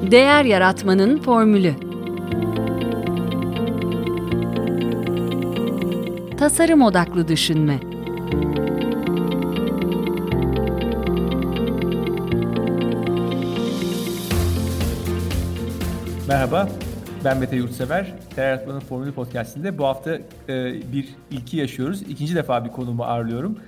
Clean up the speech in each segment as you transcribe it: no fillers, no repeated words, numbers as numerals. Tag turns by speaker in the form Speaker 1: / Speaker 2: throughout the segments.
Speaker 1: Değer yaratmanın formülü. Tasarım odaklı düşünme.
Speaker 2: Merhaba, ben Mete Yurtsever. Değer Yaratmanın Formülü Podcast'inde bu hafta bir ilki yaşıyoruz. İkinci defa bir konuğumu ağırlıyorum.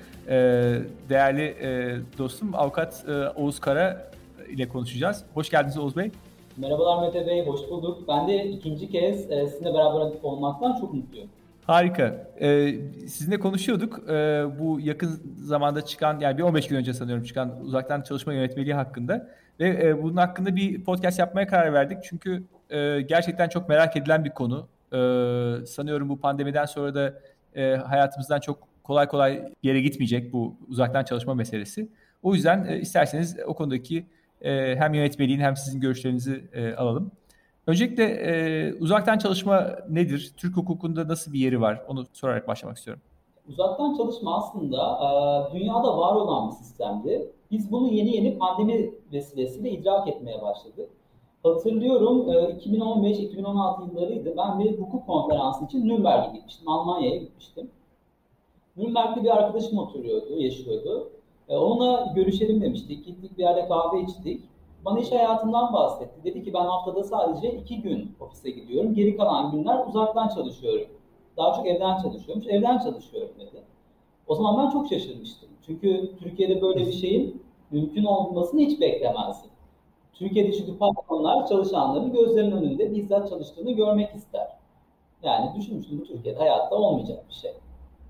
Speaker 2: Değerli dostum Avukat Oğuz Kara ile konuşacağız. Hoş geldiniz Oğuz Bey.
Speaker 3: Merhabalar Mete Bey, hoş bulduk. Ben de ikinci kez sizinle beraber olmaktan çok mutluyum.
Speaker 2: Harika. Sizinle konuşuyorduk. Bu yakın zamanda çıkan, yani bir 15 gün önce sanıyorum çıkan uzaktan çalışma yönetmeliği hakkında. Ve bunun hakkında bir podcast yapmaya karar verdik. Çünkü gerçekten çok merak edilen bir konu. Sanıyorum bu pandemiden sonra da hayatımızdan çok kolay kolay bir yere gitmeyecek bu uzaktan çalışma meselesi. O yüzden isterseniz o konudaki hem yönetmeliğin hem sizin görüşlerinizi alalım. Öncelikle uzaktan çalışma nedir? Türk hukukunda nasıl bir yeri var? Onu sorarak başlamak istiyorum.
Speaker 3: Uzaktan çalışma aslında dünyada var olan bir sistemdi. Biz bunu yeni pandemi vesilesiyle idrak etmeye başladık. Hatırlıyorum 2015-2016 yıllarıydı. Ben bir hukuk konferansı için Nürnberg'e gitmiştim. Almanya'ya gitmiştim. Nürnberg'de bir arkadaşım oturuyordu, yaşıyordu. Onunla görüşelim demiştik. Gittik bir yerde kahve içtik. Bana iş hayatından bahsetti. Dedi ki ben haftada sadece 2 gün ofise gidiyorum. Geri kalan günler uzaktan çalışıyorum. Daha çok evden çalışıyormuş. Evden çalışıyorum dedi. O zaman ben çok şaşırmıştım. Çünkü Türkiye'de böyle bir şeyin mümkün olmasını hiç beklemezdim. Türkiye'de çünkü patronlar çalışanların gözlerinin önünde bizzat çalıştığını görmek ister. Yani düşünmüştüm bu Türkiye'de hayatta olmayacak bir şey.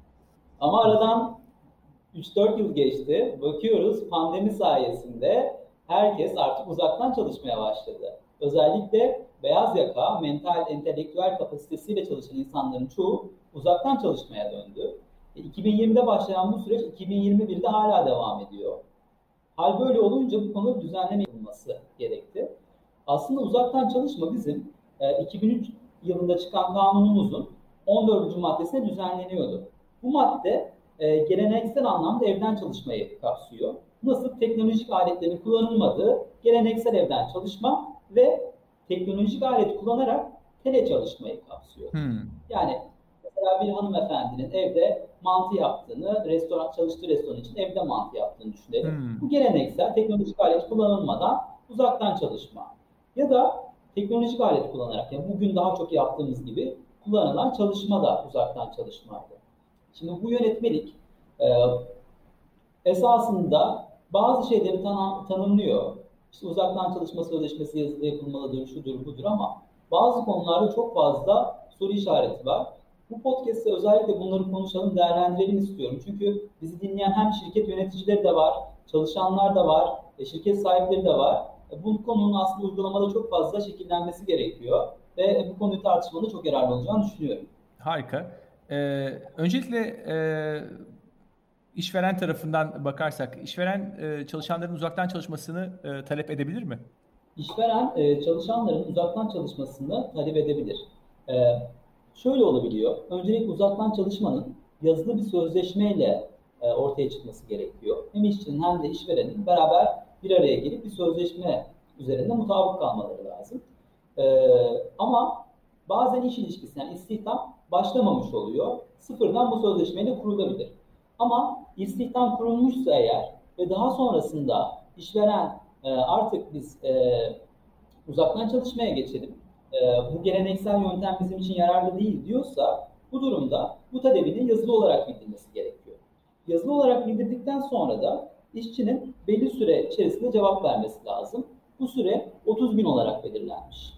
Speaker 3: Ama aradan 3-4 yıl geçti. Bakıyoruz pandemi sayesinde herkes artık uzaktan çalışmaya başladı. Özellikle beyaz yaka, mental, entelektüel kapasitesiyle çalışan insanların çoğu uzaktan çalışmaya döndü. 2020'de başlayan bu süreç 2021'de hala devam ediyor. Hal böyle olunca bu konuda düzenleme yapılması gerekti. Aslında uzaktan çalışma bizim 2003 yılında çıkan kanunumuzun 14. maddesine düzenleniyordu. Bu madde geleneksel anlamda evden çalışmayı kapsıyor. Nasıl teknolojik aletlerin kullanılmadığı geleneksel evden çalışma ve teknolojik alet kullanarak tele çalışmayı kapsıyor. Yani mesela bir hanımefendinin evde mantı yaptığını, çalıştığı restoran için evde mantı yaptığını düşünelim. Bu geleneksel teknolojik alet kullanılmadan uzaktan çalışma. Ya da teknolojik alet kullanarak, yani bugün daha çok yaptığımız gibi kullanılan çalışma da uzaktan çalışmaydı. Şimdi bu yönetmelik esasında bazı şeyleri tanımlıyor. İşte uzaktan çalışma sözleşmesi yazılı yapılmalıdır, şudur budur ama bazı konularda çok fazla soru işareti var. Bu podcast'te özellikle bunları konuşalım, değerlendirelim istiyorum. Çünkü bizi dinleyen hem şirket yöneticileri de var, çalışanlar da var, şirket sahipleri de var. Bu konunun aslında uygulamada çok fazla şekillenmesi gerekiyor. Ve bu konuyu tartışmanın çok yararlı olacağını düşünüyorum.
Speaker 2: Harika. Öncelikle işveren tarafından bakarsak, işveren çalışanların uzaktan çalışmasını talep edebilir mi?
Speaker 3: İşveren çalışanların uzaktan çalışmasını talep edebilir. Şöyle olabiliyor. Öncelikle uzaktan çalışmanın yazılı bir sözleşmeyle ortaya çıkması gerekiyor. Hem işçinin hem de işverenin beraber bir araya gelip bir sözleşme üzerinde mutabık kalmaları lazım. Ama bazen iş ilişkisi, yani istihdam başlamamış oluyor. Sıfırdan bu sözleşmeyle kurulabilir. Ama istihdam kurulmuşsa eğer ve daha sonrasında işveren artık biz uzaktan çalışmaya geçelim, bu geleneksel yöntem bizim için yararlı değil diyorsa bu durumda bu talebinin yazılı olarak bildirmesi gerekiyor. Yazılı olarak bildirdikten sonra da işçinin belli süre içerisinde cevap vermesi lazım. Bu süre 30 gün olarak belirlenmiş.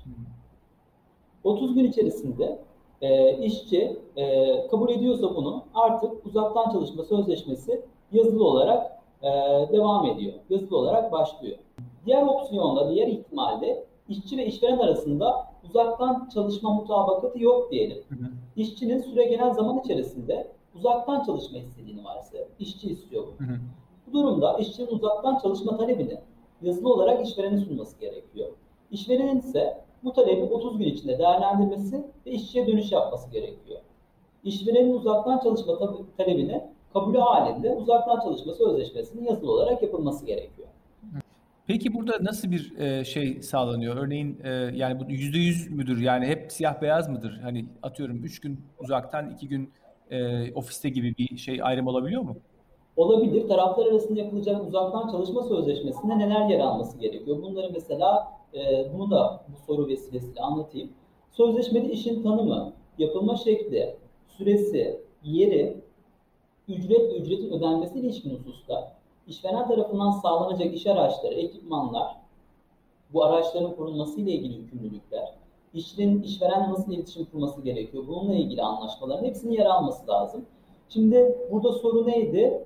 Speaker 3: 30 gün içerisinde işçi kabul ediyorsa bunu artık uzaktan çalışma sözleşmesi yazılı olarak devam ediyor. Yazılı olarak başlıyor. Diğer opsiyonda, diğer ihtimalle işçi ve işveren arasında uzaktan çalışma mutabakatı yok diyelim. İşçinin süre gelen zaman içerisinde uzaktan çalışma istediğini varsayalım. İşçi istiyor bunu. Bu durumda işçinin uzaktan çalışma talebini yazılı olarak işverene sunması gerekiyor. İşverenin ise bu talebi 30 gün içinde değerlendirmesi ve işçiye dönüş yapması gerekiyor. İşverenin uzaktan çalışma talebini kabulü halinde uzaktan çalışma sözleşmesinin yazılı olarak yapılması gerekiyor.
Speaker 2: Peki burada nasıl bir şey sağlanıyor? Örneğin yani bu %100 müdür? Yani hep siyah beyaz mıdır? Hani atıyorum 3 gün uzaktan 2 gün ofiste gibi bir şey ayrım olabiliyor mu?
Speaker 3: Olabilir. Taraflar arasında yapılacak uzaktan çalışma sözleşmesinde neler yer alması gerekiyor? Bunları mesela bunu da bu soru vesilesiyle anlatayım. Sözleşmede işin tanımı, yapılma şekli, süresi, yeri, ücret ve ücretin ödenmesiyle ilişkin hususlar, işveren tarafından sağlanacak iş araçları, ekipmanlar, bu araçların korunması ile ilgili yükümlülükler, işçinin işverenle nasıl iletişim kurması gerekiyor, bununla ilgili anlaşmaların hepsinin yer alması lazım. Şimdi burada soru neydi?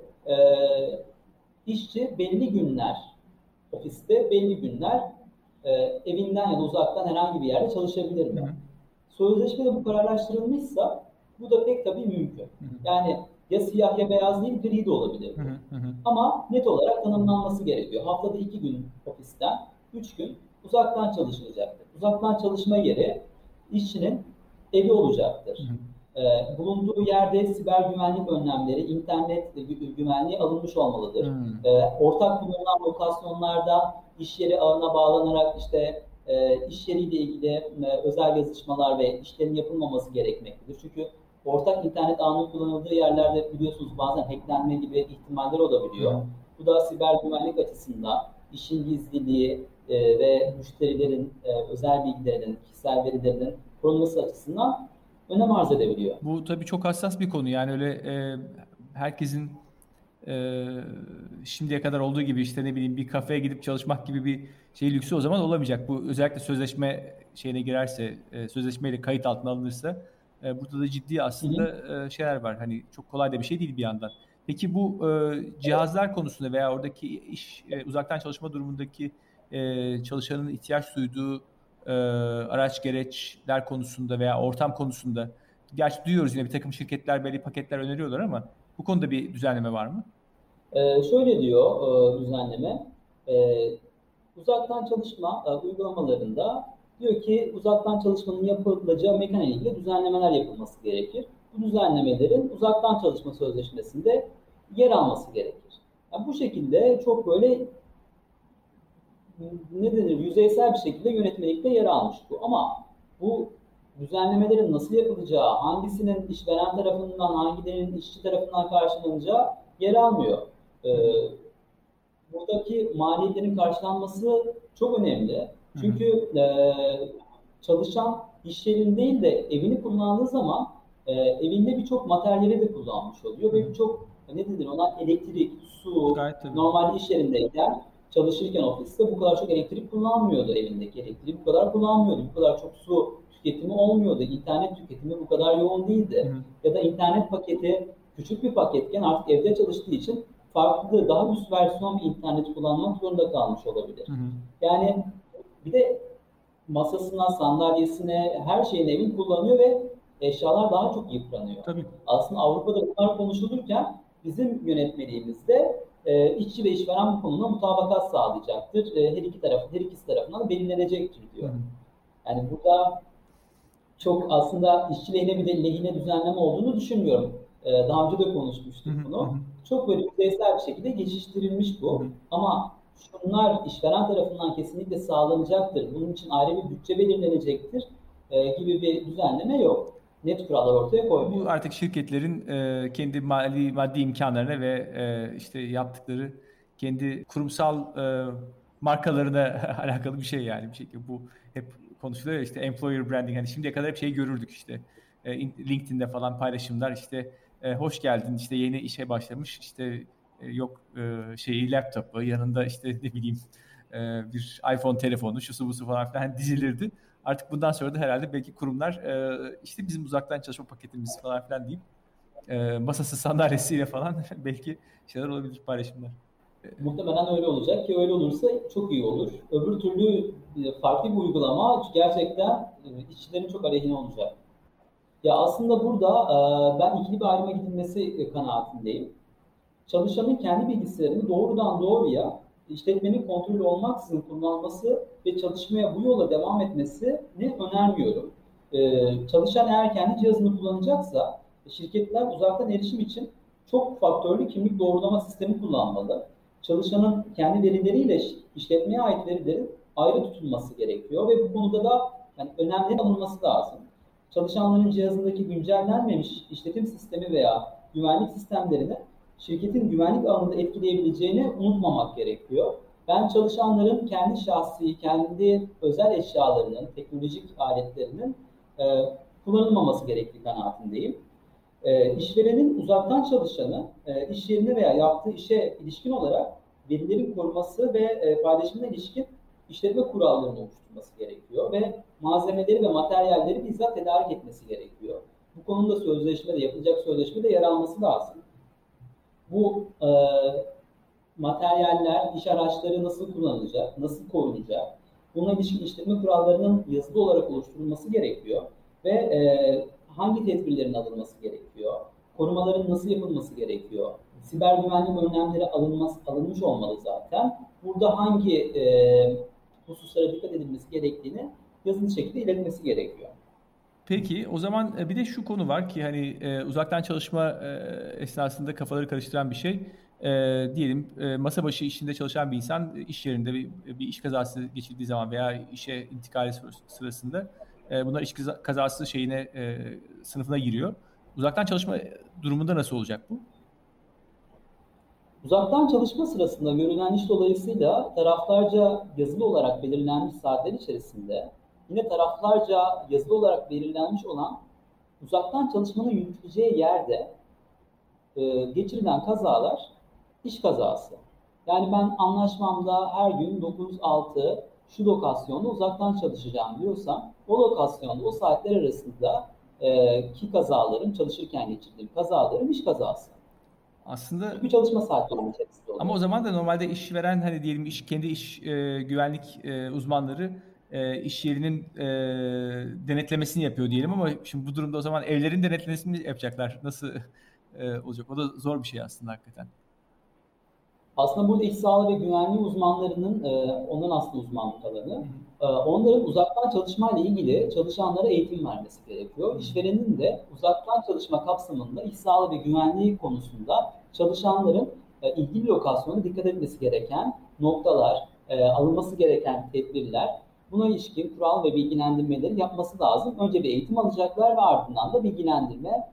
Speaker 3: İşçi belli günler ofiste, belli günler evinden ya da uzaktan herhangi bir yerde çalışabilir
Speaker 2: Hı
Speaker 3: mi?
Speaker 2: hı.
Speaker 3: Sözleşmede bu kararlaştırılmışsa bu da pek tabii mümkün.
Speaker 2: Hı hı.
Speaker 3: Yani ya siyah ya beyaz değil, gri de olabilir
Speaker 2: Hı
Speaker 3: bu.
Speaker 2: hı. Hı hı.
Speaker 3: Ama net olarak tanımlanması gerekiyor. Haftada 2 gün ofisten, 3 gün uzaktan çalışılacaktır. Uzaktan çalışma yeri işçinin evi
Speaker 2: Hı
Speaker 3: olacaktır.
Speaker 2: hı.
Speaker 3: Bulunduğu yerde siber güvenlik önlemleri, internet güvenliği alınmış olmalıdır.
Speaker 2: Hmm.
Speaker 3: Ortak bulunan lokasyonlarda iş yeri ağına bağlanarak işte iş yeriyle ilgili özel yazışmalar ve işlerin yapılmaması gerekmektedir. Çünkü ortak internet ağının kullanıldığı yerlerde biliyorsunuz bazen hacklenme gibi ihtimaller
Speaker 2: Hı
Speaker 3: olabiliyor.
Speaker 2: hı.
Speaker 3: Bu da siber güvenlik açısından işin gizliliği ve müşterilerin özel bilgilerinin, kişisel verilerinin korunması açısından önem arz edebiliyor.
Speaker 2: Bu tabii çok hassas bir konu. Yani öyle herkesin e, şimdiye kadar olduğu gibi işte ne bileyim bir kafeye gidip çalışmak gibi bir şey lüksü o zaman olamayacak. Bu özellikle sözleşme şeyine girerse, sözleşmeyle kayıt altına alınırsa burada da ciddi
Speaker 3: Hı hı.
Speaker 2: aslında şeyler var. Hani çok kolay da bir şey değil bir yandan. Peki bu cihazlar konusunda veya oradaki iş uzaktan çalışma durumundaki çalışanın ihtiyaç duyduğu araç gereçler konusunda veya ortam konusunda, gerçi duyuyoruz yine bir takım şirketler belli paketler öneriyorlar ama bu konuda bir düzenleme var mı?
Speaker 3: Şöyle diyor düzenleme, e, uzaktan çalışma uygulamalarında diyor ki uzaktan çalışmanın yapılacağı mekan ile ilgili düzenlemeler yapılması gerekir. Bu düzenlemelerin uzaktan çalışma sözleşmesinde yer alması gerekir. Yani bu şekilde çok böyle ne denir yüzeysel bir şekilde yönetmelikte yer almış bu. Ama bu düzenlemelerin nasıl yapılacağı, hangisinin işveren tarafından, hangilerinin işçi tarafından karşılanacağı yer almıyor. Ee,
Speaker 2: Hı hı.
Speaker 3: Buradaki maliyetlerin karşılanması çok önemli.
Speaker 2: Hı hı.
Speaker 3: Çünkü çalışan iş yerinde değil de evini kullandığı zaman evinde birçok materyali de kullanmış oluyor
Speaker 2: Hı
Speaker 3: ve
Speaker 2: hı.
Speaker 3: birçok ne denir ona elektrik, su,
Speaker 2: Gayet tabii.
Speaker 3: normal iş yerindeyken çalışırken ofiste bu kadar çok elektrik kullanmıyordu evindeki elektriği bu kadar kullanmıyordu. Bu kadar çok su tüketimi olmuyordu. İnternet tüketimi bu kadar yoğun
Speaker 2: Hı
Speaker 3: değildi.
Speaker 2: hı.
Speaker 3: Ya da internet paketi küçük bir paketken artık evde çalıştığı için farklı, daha üst versiyon bir internet kullanmak zorunda kalmış olabilir.
Speaker 2: Hı hı.
Speaker 3: Yani bir de masasına, sandalyesine, her şeyin evin kullanıyor ve eşyalar daha çok yıpranıyor.
Speaker 2: Tabii.
Speaker 3: Aslında Avrupa'da bunlar konuşulurken bizim yönetmeliğimizde işçi ve işveren bu konuda mutabakat sağlayacaktır. Her ikisi tarafından da belirlenecektir
Speaker 2: Hı
Speaker 3: diyor.
Speaker 2: hı.
Speaker 3: Yani burada çok aslında işçi lehine bir de lehine düzenleme olduğunu düşünmüyorum. Daha önce de
Speaker 2: Hı
Speaker 3: konuşmuştuk
Speaker 2: hı. Hı
Speaker 3: bunu.
Speaker 2: hı.
Speaker 3: Çok böyle yüzeysel bir şekilde geçiştirilmiş
Speaker 2: Hı
Speaker 3: bu.
Speaker 2: hı.
Speaker 3: Ama şunlar işveren tarafından kesinlikle sağlanacaktır. Bunun için ayrı bir bütçe belirlenecektir gibi bir düzenleme yok. Net kurallar ortaya
Speaker 2: Bu
Speaker 3: koymuyor.
Speaker 2: artık şirketlerin kendi maddi imkanlarına ve işte yaptıkları kendi kurumsal markalarına alakalı bir şey yani bir şekilde bu hep konuşuluyor ya işte employer branding hani şimdiye kadar hep şey görürdük işte LinkedIn'de falan paylaşımlar işte hoş geldin işte yeni işe başlamış işte yok şeyi laptopu yanında işte ne bileyim bir iPhone telefonu şusu busu falan filan dizilirdi. Artık bundan sonra da herhalde belki kurumlar işte bizim uzaktan çalışma paketimiz falan filan deyip masası sandalyesiyle falan belki şeyler olabilir paylaşımlar. E,
Speaker 3: Muhtemelen öyle olacak ki öyle olursa çok iyi olur. Öbür türlü farklı bir uygulama gerçekten işçilerin çok aleyhine olacak. Ya aslında burada ben ikili bir ayrıma gidilmesi kanaatindeyim. Çalışanın kendi bilgisayarını doğrudan doğruya işletmenin kontrolü olmaksızın kullanması ve çalışmaya bu yola devam etmesini önermiyorum. Çalışan eğer kendi cihazını kullanacaksa şirketler uzaktan erişim için çok faktörlü kimlik doğrulama sistemi kullanmalı. çalışanın kendi verileriyle işletmeye ait verilerin ayrı tutulması gerekiyor ve bu konuda da yani önlemlerin alınması lazım. Çalışanların cihazındaki güncellenmemiş işletim sistemi veya güvenlik sistemlerini şirketin güvenlik alanında etkileyebileceğini unutmamak gerekiyor. Ben çalışanların kendi şahsi, kendi özel eşyalarının, teknolojik aletlerinin kullanılmaması gerektiği kanaatindeyim. İşverenin uzaktan çalışanı, iş yerine veya yaptığı işe ilişkin olarak verilerin koruması ve paylaşımına ilişkin işletme kurallarını oluşturması gerekiyor ve malzemeleri ve materyalleri bizzat tedarik etmesi gerekiyor. Bu konuda sözleşmede, yapılacak sözleşmede yer alması lazım. Bu materyaller, iş araçları nasıl kullanılacak, nasıl korunacak, buna ilişkin işletme kurallarının yazılı olarak oluşturulması gerekiyor ve hangi tedbirlerin alınması gerekiyor, korumaların nasıl yapılması gerekiyor, siber güvenlik önlemleri alınmış olmalı zaten. Burada hangi hususlara dikkat edilmesi gerektiğini yazılı şekilde iletmesi gerekiyor.
Speaker 2: Peki o zaman bir de şu konu var ki hani uzaktan çalışma esnasında kafaları karıştıran bir şey. Diyelim masa başı işinde çalışan bir insan iş yerinde bir iş kazası geçirdiği zaman veya işe intikali sırasında bunlar iş kazası sınıfına giriyor. Uzaktan çalışma durumunda nasıl olacak bu?
Speaker 3: Uzaktan çalışma sırasında görülen iş dolayısıyla taraflarca yazılı olarak belirlenmiş saatler içerisinde yine taraflarca yazılı olarak belirlenmiş olan uzaktan çalışmanın yürütüleceği yerde geçirilen kazalar iş kazası. Yani ben anlaşmamda her gün 9-6 şu lokasyonda uzaktan çalışacağım diyorsam o lokasyonda o saatler arasında ki kazalarım, çalışırken geçirdiğim kazalarım iş kazası.
Speaker 2: Aslında
Speaker 3: çünkü çalışma saatlerinin içerisinde oluyor.
Speaker 2: Ama o zaman da normalde işveren hani diyelim kendi iş güvenlik uzmanları iş yerinin denetlemesini yapıyor diyelim ama şimdi bu durumda o zaman evlerin denetlemesini yapacaklar. Nasıl olacak? O da zor bir şey aslında hakikaten.
Speaker 3: Aslında burada iş sağlığı ve güvenliği uzmanlarının, onların aslında uzmanlık alanı, onların uzaktan çalışmayla ilgili çalışanlara eğitim vermesi gerekiyor. İşverenin de uzaktan çalışma kapsamında iş sağlığı ve güvenliği konusunda çalışanların ilgili lokasyona dikkat etmesi gereken noktalar, alınması gereken tedbirler, buna ilişkin kural ve bilgilendirmeleri yapması lazım. Önce bir eğitim alacaklar ve ardından da bilgilendirme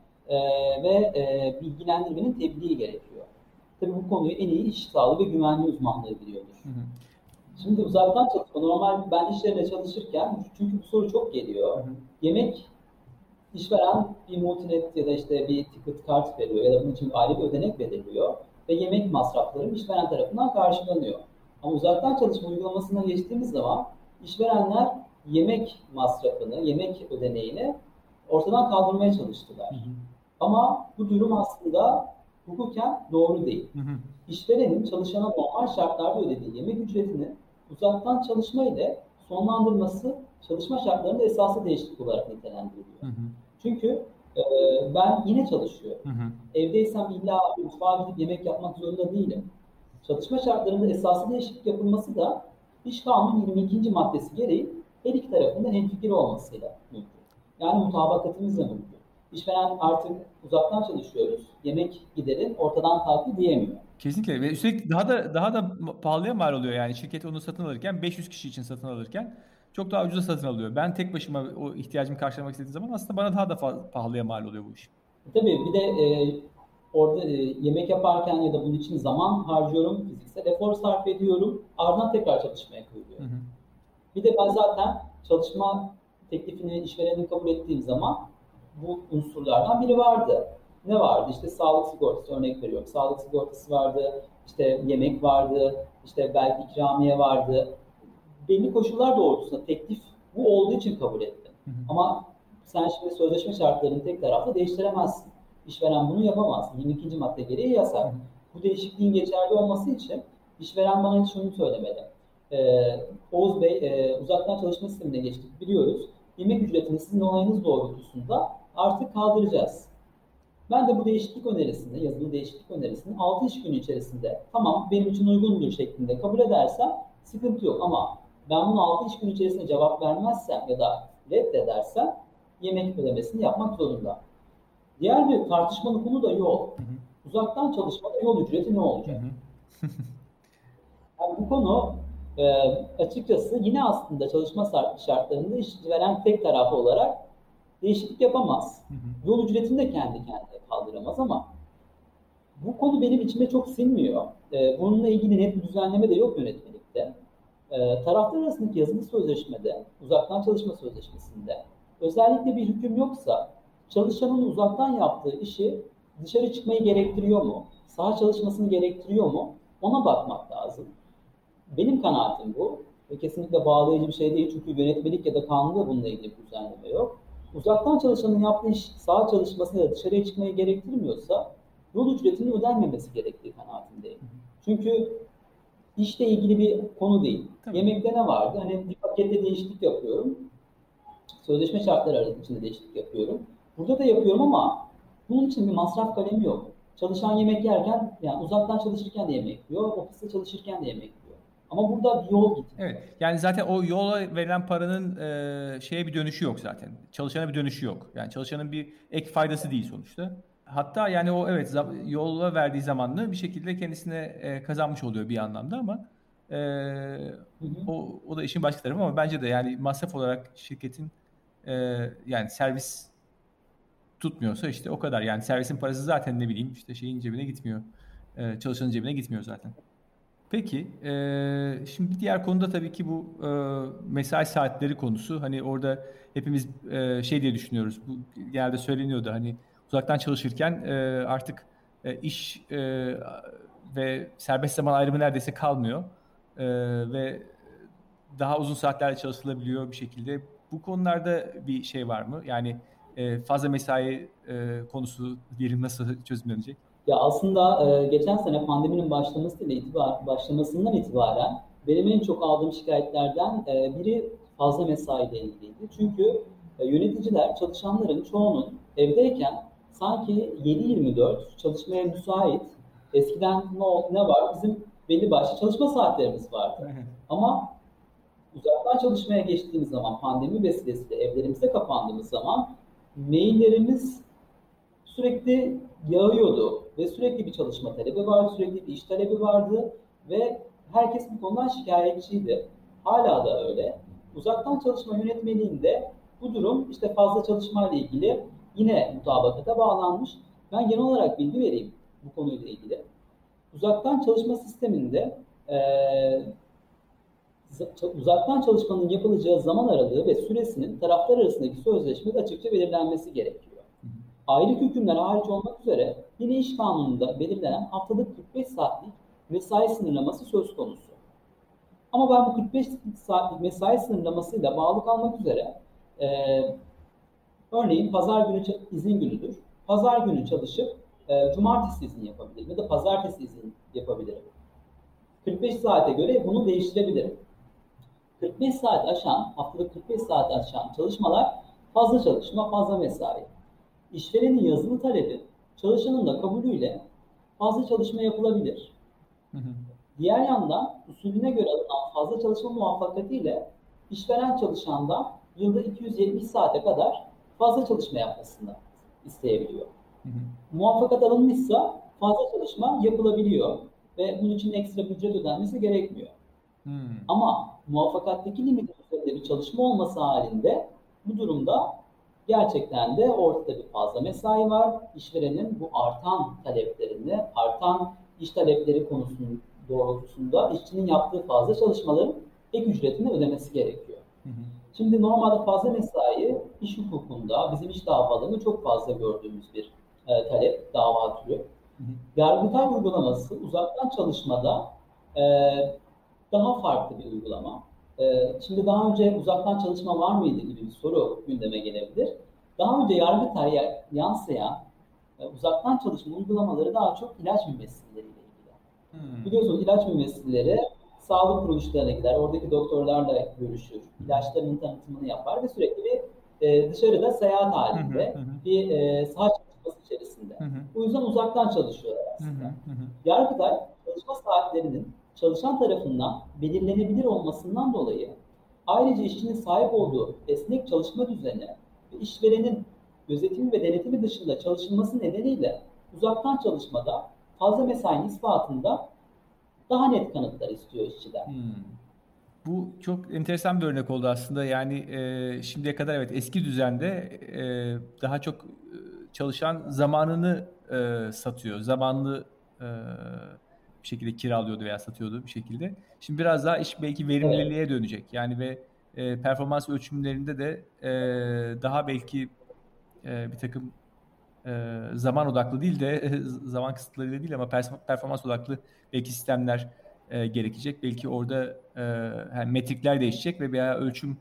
Speaker 3: ve bilgilendirmenin tebliği gerekiyor. Tabii bu konuyu en iyi iş sağlığı ve güvenliği uzmanları biliyordur. Hı hı. Şimdi uzaktan çalışma, normal ben iş yerinde çalışırken, çünkü bu soru çok geliyor. Hı hı. Yemek işveren bir multinet ya da işte bir ticket kart veriyor ya da bunun için ayrı bir ödenek belirliyor ve yemek masrafları işveren tarafından karşılanıyor. Ama uzaktan çalışma uygulamasına geçtiğimiz zaman işverenler yemek masrafını, yemek ödeneğini ortadan kaldırmaya çalıştılar. Hı hı. Ama bu durum aslında hukuken doğru değil. Hı hı. İşverenin çalışana normal şartlarda ödediği yemek ücretini uzaktan çalışma ile sonlandırması çalışma şartlarında esaslı değişiklik olarak nitelendiriliyor. Hı hı. Çünkü ben yine çalışıyorum. Hı hı. Evdeysem illa mutfağa gidip yemek yapmak zorunda değilim. Çalışma şartlarında esaslı değişiklik yapılması da İş Kanunu 22. maddesi gereği her iki tarafın da hemfikir olmasıyla mümkün. Yani mutabakatımızla mümkün. İşveren artık uzaktan çalışıyoruz, yemek giderin ortadan kalktı diyemiyor.
Speaker 2: Kesinlikle ve üstelik daha da pahalıya mal oluyor yani şirket onu satın alırken 500 kişi için satın alırken çok daha ucuza satın alıyor. Ben tek başıma o ihtiyacımı karşılamak istediğim zaman aslında bana daha da pahalıya mal oluyor bu iş.
Speaker 3: Tabii bir de orada yemek yaparken ya da bunun için zaman harcıyorum, fiziksel efor sarf ediyorum, ardından tekrar çalışmaya koyuluyorum. Hı hı. Bir de ben zaten çalışma teklifini işverenin kabul ettiğim zaman bu unsurlardan biri vardı. Ne vardı? İşte sağlık sigortası, örnek veriyorum. Sağlık sigortası vardı, işte yemek vardı, işte belki ikramiye vardı. Belli koşullar doğrultusunda teklif bu olduğu için kabul ettim. Hı hı. Ama sen şimdi sözleşme şartlarını tek taraflı değiştiremezsin. İşveren bunu yapamaz. 22. madde gereği yasak. Hı hı. Bu değişikliğin geçerli olması için işveren bana şunu söylemeli. Oğuz Bey, uzaktan çalışma sistemine geçtik biliyoruz. Yemek ücretini sizin onayınız doğrultusunda artık kaldıracağız. Ben de bu değişiklik önerisini, yazılı değişiklik önerisini 6 iş günü içerisinde tamam benim için uygundur şeklinde kabul edersem sıkıntı yok ama ben bunu 6 iş günü içerisinde cevap vermezsem ya da reddedersem yemek ödemesini yapmak zorunda. Diğer bir tartışmalı konu da yol. Hı hı. Uzaktan çalışmada yol ücreti ne olacak? Hı hı. Yani bu konu açıkçası yine aslında çalışma şartlarında işveren tek taraflı olarak değişiklik yapamaz.
Speaker 2: Hı hı.
Speaker 3: Yol ücretini de kendi kendine kaldıramaz ama bu konu benim içime çok sinmiyor. Bununla ilgili net bir düzenleme de yok yönetmelikte. Taraflar arasındaki yazılı sözleşmede, uzaktan çalışma sözleşmesinde özellikle bir hüküm yoksa çalışanın uzaktan yaptığı işi dışarı çıkmayı gerektiriyor mu? Saha çalışmasını gerektiriyor mu? Ona bakmak lazım. Benim kanaatim bu. Ve kesinlikle bağlayıcı bir şey değil çünkü yönetmelik ya da kanunda bununla ilgili bir düzenleme yok. Uzaktan çalışanın yaptığı iş saha çalışmasını ya da dışarıya çıkmayı gerektirmiyorsa yol ücretinin ödenmemesi gerektiği kanaatindeyim. Çünkü işle ilgili bir konu değil.
Speaker 2: Tabii.
Speaker 3: Yemekte ne vardı? Hani bir pakette değişiklik yapıyorum. Sözleşme şartları içinde değişiklik yapıyorum. Burada da yapıyorum ama bunun için bir masraf kalemi yok. Çalışan yemek yerken, yani uzaktan çalışırken de yemek yiyor, ofiste çalışırken de yemek yiyor. Ama burada bir yol gitmiyor.
Speaker 2: Evet. Yani zaten o yola verilen paranın şeye bir dönüşü yok zaten. Çalışana bir dönüşü yok. Yani çalışanın bir ek faydası değil sonuçta. Hatta yani o evet yola verdiği zamanını bir şekilde kendisine kazanmış oluyor bir anlamda ama e,
Speaker 3: Hı hı.
Speaker 2: o da işin başka tarafı ama bence de yani masraf olarak şirketin e, yani servis tutmuyorsa işte o kadar. Yani servisin parası zaten ne bileyim işte şeyin cebine gitmiyor. Çalışanın cebine gitmiyor zaten. Peki, şimdi bir diğer konuda tabii ki bu mesai saatleri konusu. Hani orada hepimiz şey diye düşünüyoruz. Bu genelde söyleniyordu. Hani uzaktan çalışırken artık iş ve serbest zaman ayrımı neredeyse kalmıyor. Ve daha uzun saatlerle çalışılabiliyor bir şekilde. Bu konularda bir şey var mı? Yani fazla mesai konusu diyelim nasıl çözümlenecek?
Speaker 3: Ya aslında geçen sene pandeminin başlamasından itibaren benim en çok aldığım şikayetlerden biri fazla mesaiyle ilgiliydi. Çünkü yöneticiler çalışanların çoğunun evdeyken sanki 7/24 çalışmaya müsait. Eskiden ne var? Bizim belli başlı çalışma saatlerimiz vardı. Ama uzaktan çalışmaya geçtiğimiz zaman pandemi vesilesiyle evlerimize kapandığımız zaman maillerimiz sürekli yağıyordu ve sürekli bir çalışma talebi vardı, sürekli bir iş talebi vardı ve herkes bu konudan şikayetçiydi. Hala da öyle. Uzaktan çalışma yönetmeliğinde bu durum işte fazla çalışma ile ilgili yine mutabakata bağlanmış. Ben genel olarak bilgi vereyim bu konuyla ilgili. Uzaktan çalışma sisteminde uzaktan çalışmanın yapılacağı zaman aralığı ve süresinin taraflar arasındaki sözleşmede açıkça belirlenmesi gerekiyor. Aylık hükümler hariç olmak üzere yine iş kanununda belirlenen haftalık 45 saatlik mesai sınırlaması söz konusu. Ama ben bu 45 saatlik mesai sınırlamasıyla bağlı kalmak üzere e, örneğin pazar günü izin günüdür. Pazar günü çalışıp cumartesi izin yapabilirim ya da pazartesi izin yapabilirim. 45 saate göre bunu değiştirebilirim. 45 saat aşan, haftalık 45 saat aşan çalışmalar fazla çalışma, fazla mesai. İşverenin yazılı talebi, çalışanın da kabulüyle fazla çalışma yapılabilir.
Speaker 2: Hı hı.
Speaker 3: Diğer yandan usulüne göre alınan fazla çalışma muvaffakatı ile işveren çalışandan yılda 270 saate kadar fazla çalışma yapmasını isteyebiliyor.
Speaker 2: Hı hı.
Speaker 3: Muvaffakat alınmışsa fazla çalışma yapılabiliyor ve bunun için ekstra ücret ödenmesi gerekmiyor. Ama muvaffakattaki limitin üzerinde bir çalışma olması halinde bu durumda gerçekten de ortada bir fazla mesai var. İşverenin bu artan taleplerini, artan iş talepleri konusunun doğrultusunda işçinin yaptığı fazla çalışmaların ek ücretini ödemesi gerekiyor.
Speaker 2: Hı hı.
Speaker 3: Şimdi normalde fazla mesai iş hukukunda bizim iş davalarında çok fazla gördüğümüz bir talep, dava türü.
Speaker 2: Hı hı.
Speaker 3: Yargıtay uygulaması uzaktan çalışmada e, daha farklı bir uygulama. Şimdi daha önce uzaktan çalışma var mıydı gibi bir soru gündeme gelebilir. Daha önce Yargıtay'a yansıyan uzaktan çalışma uygulamaları daha çok ilaç mümessilleriyle ilgili. Biliyorsunuz ilaç mümessilleri sağlık kuruluşlarına gider, oradaki doktorlarla görüşür, ilaçların tanıtımını yapar ve sürekli bir dışarıda seyahat halinde bir saha çalışması içerisinde. O yüzden uzaktan çalışıyorlar aslında. Yargıtay çalışma saatlerinin çalışan tarafından belirlenebilir olmasından dolayı ayrıca işçinin sahip olduğu esnek çalışma düzeni ve işverenin gözetimi ve denetimi dışında çalışılması nedeniyle uzaktan çalışmada fazla mesainin ispatında daha net kanıtlar istiyor işçiden.
Speaker 2: Bu çok enteresan bir örnek oldu aslında. Yani şimdiye kadar evet eski düzende daha çok çalışan zamanını satıyor. Zamanlı bir şekilde kiralıyordu veya satıyordu bir şekilde. Şimdi biraz daha iş belki
Speaker 3: Evet.
Speaker 2: verimliliğe dönecek. Yani ve performans ölçümlerinde de daha belki bir takım zaman odaklı değil de zaman kısıtlarıyla değil ama performans odaklı belki sistemler gerekecek. Belki orada yani metrikler değişecek ve veya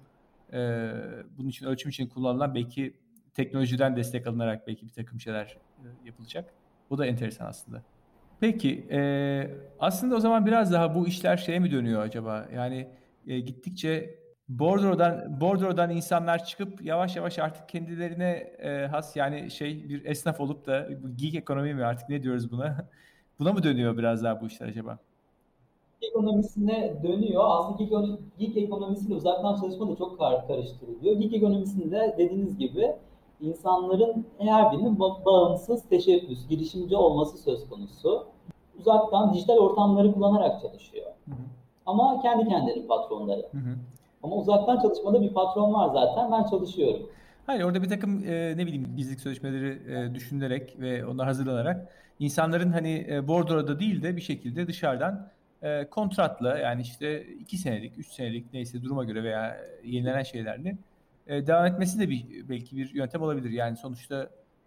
Speaker 2: bunun için ölçüm için kullanılan belki teknolojiden destek alınarak belki bir takım şeyler yapılacak. Bu da enteresan aslında. Peki, aslında o zaman biraz daha bu işler şeye mi dönüyor acaba? Yani gittikçe bordrodan insanlar çıkıp yavaş yavaş artık kendilerine has yani bir esnaf olup da bu gig ekonomi mi artık ne diyoruz buna? Buna mı dönüyor biraz daha bu işler acaba?
Speaker 3: Ekonomisine dönüyor. Aslında gig ekonomisiyle uzaktan çalışma da çok karıştırılıyor. Gig ekonomisinde dediğiniz gibi insanların her birinin bağımsız, teşebbüs, girişimci olması söz konusu. Uzaktan dijital ortamları kullanarak çalışıyor.
Speaker 2: Hı hı.
Speaker 3: Ama kendi kendilerinin patronları.
Speaker 2: Hı hı.
Speaker 3: Ama uzaktan çalışmada bir patron var zaten. Ben çalışıyorum.
Speaker 2: Hayır, orada bir takım ne bileyim gizlilik sözleşmeleri düşünülerek ve onlar hazırlanarak insanların hani bordroda değil de bir şekilde dışarıdan kontratla yani işte 2 senelik, 3 senelik neyse duruma göre veya yenilenen şeylerle devam etmesi de belki bir yöntem olabilir. Yani sonuçta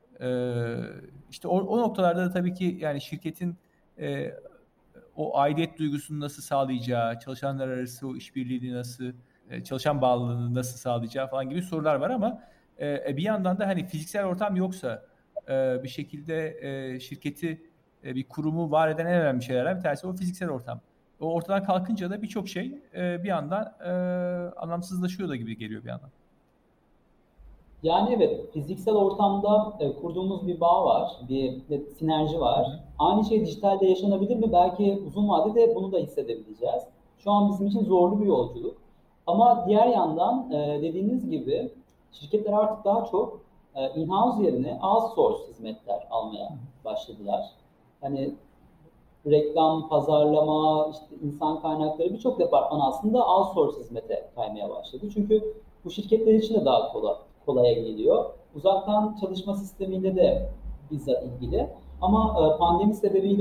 Speaker 2: işte o noktalarda da tabii ki yani şirketin e, o aidiyet duygusunu nasıl sağlayacağı, çalışanlar arası o işbirliğini nasıl, çalışan bağlılığını nasıl sağlayacağı falan gibi sorular var ama bir yandan da hani fiziksel ortam yoksa bir şekilde şirketi bir kurumu var eden en önemli şeylerden bir tanesi o fiziksel ortam. O ortadan kalkınca da birçok şey bir yandan anlamsızlaşıyor da gibi geliyor bir yandan.
Speaker 3: Yani evet, fiziksel ortamda kurduğumuz bir bağ var, bir sinerji
Speaker 2: Hı
Speaker 3: var.
Speaker 2: hı.
Speaker 3: Aynı şey dijitalde yaşanabilir mi? Belki uzun vadede bunu da hissedebileceğiz. Şu an bizim için zorlu bir yolculuk. Ama diğer yandan dediğiniz gibi şirketler artık daha çok in-house yerine outsource hizmetler almaya başladılar. Hani reklam, pazarlama, işte insan kaynakları birçok departman aslında outsource hizmete kaymaya başladı. Çünkü bu şirketler için de daha kolaya geliyor. Uzaktan çalışma sistemiyle de bizzat ilgili. Ama pandemi sebebiyle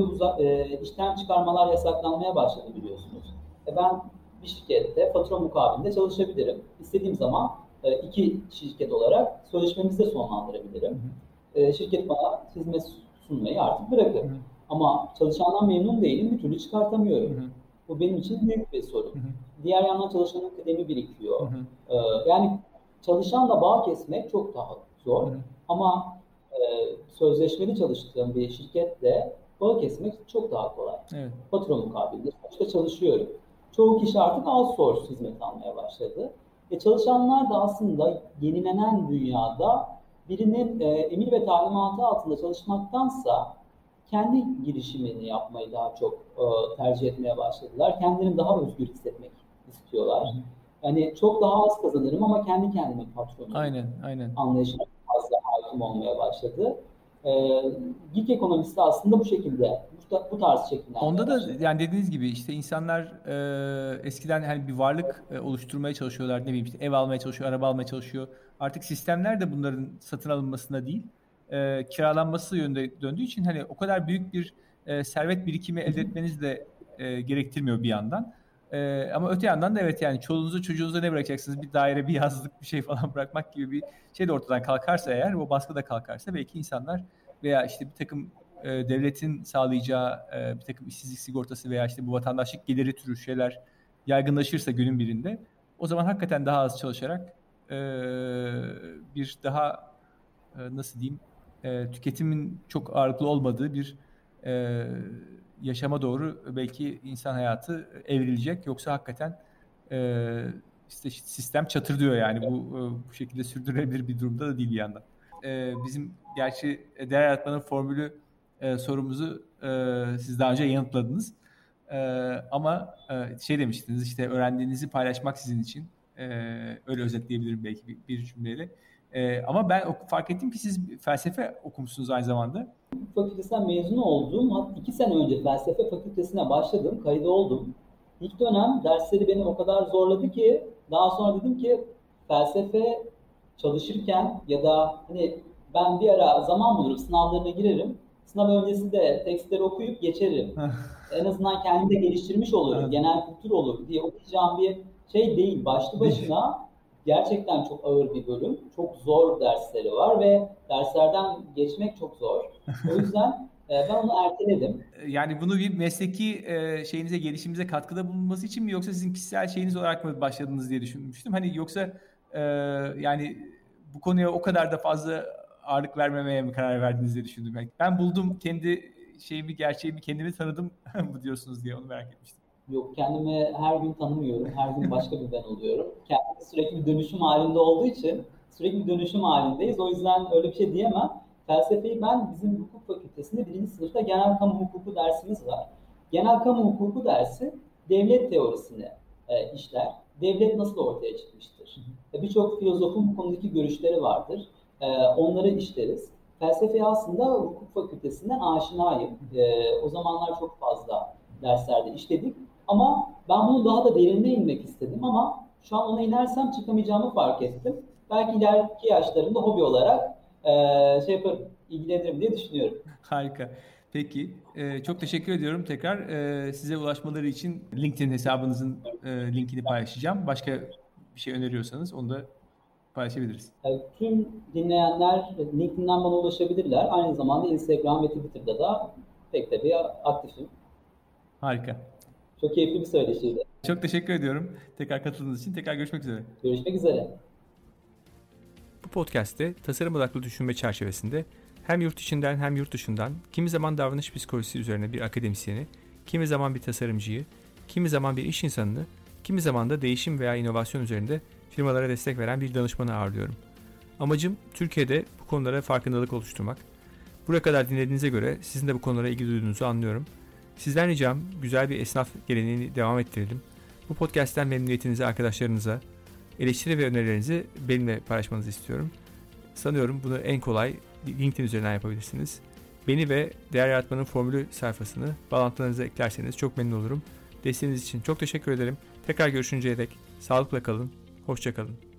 Speaker 3: işten çıkarmalar yasaklanmaya başladı biliyorsunuz. Ben bir şirkette fatura mukabilinde çalışabilirim. İstediğim zaman iki şirket olarak sözleşmemizi de
Speaker 2: Hı
Speaker 3: sonlandırabilirim.
Speaker 2: hı.
Speaker 3: Şirket bana hizmet sunmayı artık bırakır.
Speaker 2: Hı hı.
Speaker 3: Ama çalışandan memnun değilim, bir türlü
Speaker 2: Hı
Speaker 3: çıkartamıyorum.
Speaker 2: hı.
Speaker 3: Bu benim için büyük bir sorun.
Speaker 2: Hı hı.
Speaker 3: Diğer yandan çalışanın kıdemi
Speaker 2: Hı
Speaker 3: birikiyor.
Speaker 2: hı.
Speaker 3: Ee, Yani çalışanla bağ kesmek çok daha
Speaker 2: Hı
Speaker 3: zor.
Speaker 2: hı.
Speaker 3: Ama sözleşmeli çalıştığım bir şirketle bağ kesmek çok daha kolay.
Speaker 2: Evet.
Speaker 3: Fatura mukabilinde sonuçta çalışıyorum. Çoğu kişi artık outsource hizmet almaya başladı. Çalışanlar da aslında yenilenen dünyada birinin emir ve talimatı altında çalışmaktansa kendi girişimini yapmayı daha çok tercih etmeye başladılar. Kendilerini daha özgür hissetmek
Speaker 2: Hı
Speaker 3: istiyorlar.
Speaker 2: hı.
Speaker 3: Yani çok daha az kazanırım ama kendi kendimin patronuyum
Speaker 2: Aynen, aynen.
Speaker 3: anlayışına fazla hakim olmaya başladı. E, Gig ekonomisi de aslında bu şekilde, bu tarz şekillenmeye
Speaker 2: Onda da
Speaker 3: başladı.
Speaker 2: yani dediğiniz gibi işte insanlar eskiden hani bir varlık oluşturmaya çalışıyorlar. Ne bileyim işte ev almaya çalışıyor, araba almaya çalışıyor. Artık sistemler de bunların satın alınmasına değil, kiralanması yönünde döndüğü için hani o kadar büyük bir servet birikimi elde etmeniz de gerektirmiyor bir yandan. Ama öte yandan da evet yani çoluğunuza çocuğunuza ne bırakacaksınız? Bir daire, bir yazlık bir şey falan bırakmak gibi bir şey de ortadan kalkarsa eğer, o baskı da kalkarsa belki insanlar veya işte bir takım devletin sağlayacağı bir takım işsizlik sigortası veya işte bu vatandaşlık geliri türü şeyler yaygınlaşırsa günün birinde o zaman hakikaten daha az çalışarak e, bir daha nasıl diyeyim tüketimin çok ağırlıklı olmadığı bir e, yaşama doğru belki insan hayatı evrilecek. Yoksa hakikaten e, işte sistem çatır yani bu şekilde sürdürülebilir bir durumda da değil bir yandan. Bizim gerçi değer yaratmanın formülü sorumuzu siz daha önce yanıtladınız. E, Ama şey demiştiniz işte öğrendiğinizi paylaşmak sizin için öyle özetleyebilirim belki bir cümleyle. Ama ben fark ettim ki siz felsefe okumuşsunuz aynı zamanda.
Speaker 3: Fakültesinden mezun oldum. 2 sene önce felsefe fakültesine başladım, kayıt oldum. İlk dönem dersleri beni o kadar zorladı ki daha sonra dedim ki felsefe çalışırken ya da hani ben bir ara zaman bulurum, sınavlarına girerim. Sınav öncesi de tekstleri okuyup geçerim. En azından kendimi de geliştirmiş olurum,
Speaker 2: Evet.
Speaker 3: genel kültür olur diye okuyacağım bir şey değil. Başlı başına gerçekten çok ağır bir bölüm. Çok zor dersleri var ve derslerden geçmek çok zor. O yüzden ben onu erteledim.
Speaker 2: Yani bunu bir mesleki şeyinize, gelişiminize katkıda bulunması için mi, yoksa sizin kişisel şeyiniz olarak mı başladınız diye düşünmüştüm. Hani yoksa yani bu konuya o kadar da fazla ağırlık vermemeye mi karar verdiniz diye düşündüm. Yani ben buldum kendi şeyimi, gerçeğimi, kendimi tanıdım mı diyorsunuz diye onu merak etmiştim.
Speaker 3: Yok, kendimi her gün tanımıyorum. Her gün başka bir ben oluyorum. Kendimi sürekli bir dönüşüm halinde olduğu için sürekli bir dönüşüm halindeyiz. O yüzden öyle bir şey diyemem. Felsefeyi ben bizim hukuk fakültesinde 1. sınıfta genel kamu hukuku dersimiz var. Genel kamu hukuku dersi devlet teorisini işler. Devlet nasıl ortaya çıkmıştır? Birçok filozofun bu konudaki görüşleri vardır. Onları işleriz. Felsefeye aslında hukuk fakültesinden aşinayım. O zamanlar çok fazla derslerde işledik. Ama ben bunu daha da derinine inmek istedim ama şu an ona inersem çıkamayacağımı fark ettim. Belki ileriki yaşlarımda hobi olarak şey yaparım, ilgilenirim diye düşünüyorum.
Speaker 2: Harika. Peki. Çok teşekkür ediyorum tekrar. Size ulaşmaları için LinkedIn hesabınızın linkini paylaşacağım. Başka bir şey öneriyorsanız onu da paylaşabiliriz.
Speaker 3: Tüm dinleyenler LinkedIn'den bana ulaşabilirler. Aynı zamanda Instagram ve Twitter'da da pek tabii aktifim.
Speaker 2: Harika.
Speaker 3: Çok keyifli bir söyleşiydi.
Speaker 2: Çok teşekkür ediyorum tekrar katıldığınız için. Tekrar görüşmek üzere.
Speaker 3: Görüşmek üzere.
Speaker 4: Bu podcast'te tasarım odaklı düşünme çerçevesinde hem yurt içinden hem yurt dışından kimi zaman davranış psikolojisi üzerine bir akademisyeni, kimi zaman bir tasarımcıyı, kimi zaman bir iş insanını, kimi zaman da değişim veya inovasyon üzerinde firmalara destek veren bir danışmanı ağırlıyorum. Amacım Türkiye'de bu konulara farkındalık oluşturmak. Buraya kadar dinlediğinize göre sizin de bu konulara ilgi duyduğunuzu anlıyorum. Sizden ricam güzel bir esnaf geleneğini devam ettirelim. Bu podcast'ten memnuniyetinizi arkadaşlarınıza, eleştiri ve önerilerinizi benimle paylaşmanızı istiyorum. Sanıyorum bunu en kolay LinkedIn üzerinden yapabilirsiniz. Beni ve Değer Yaratmanın Formülü sayfasını bağlantılarınıza eklerseniz çok memnun olurum. Desteğiniz için çok teşekkür ederim. Tekrar görüşünceye dek sağlıkla kalın, hoşça kalın.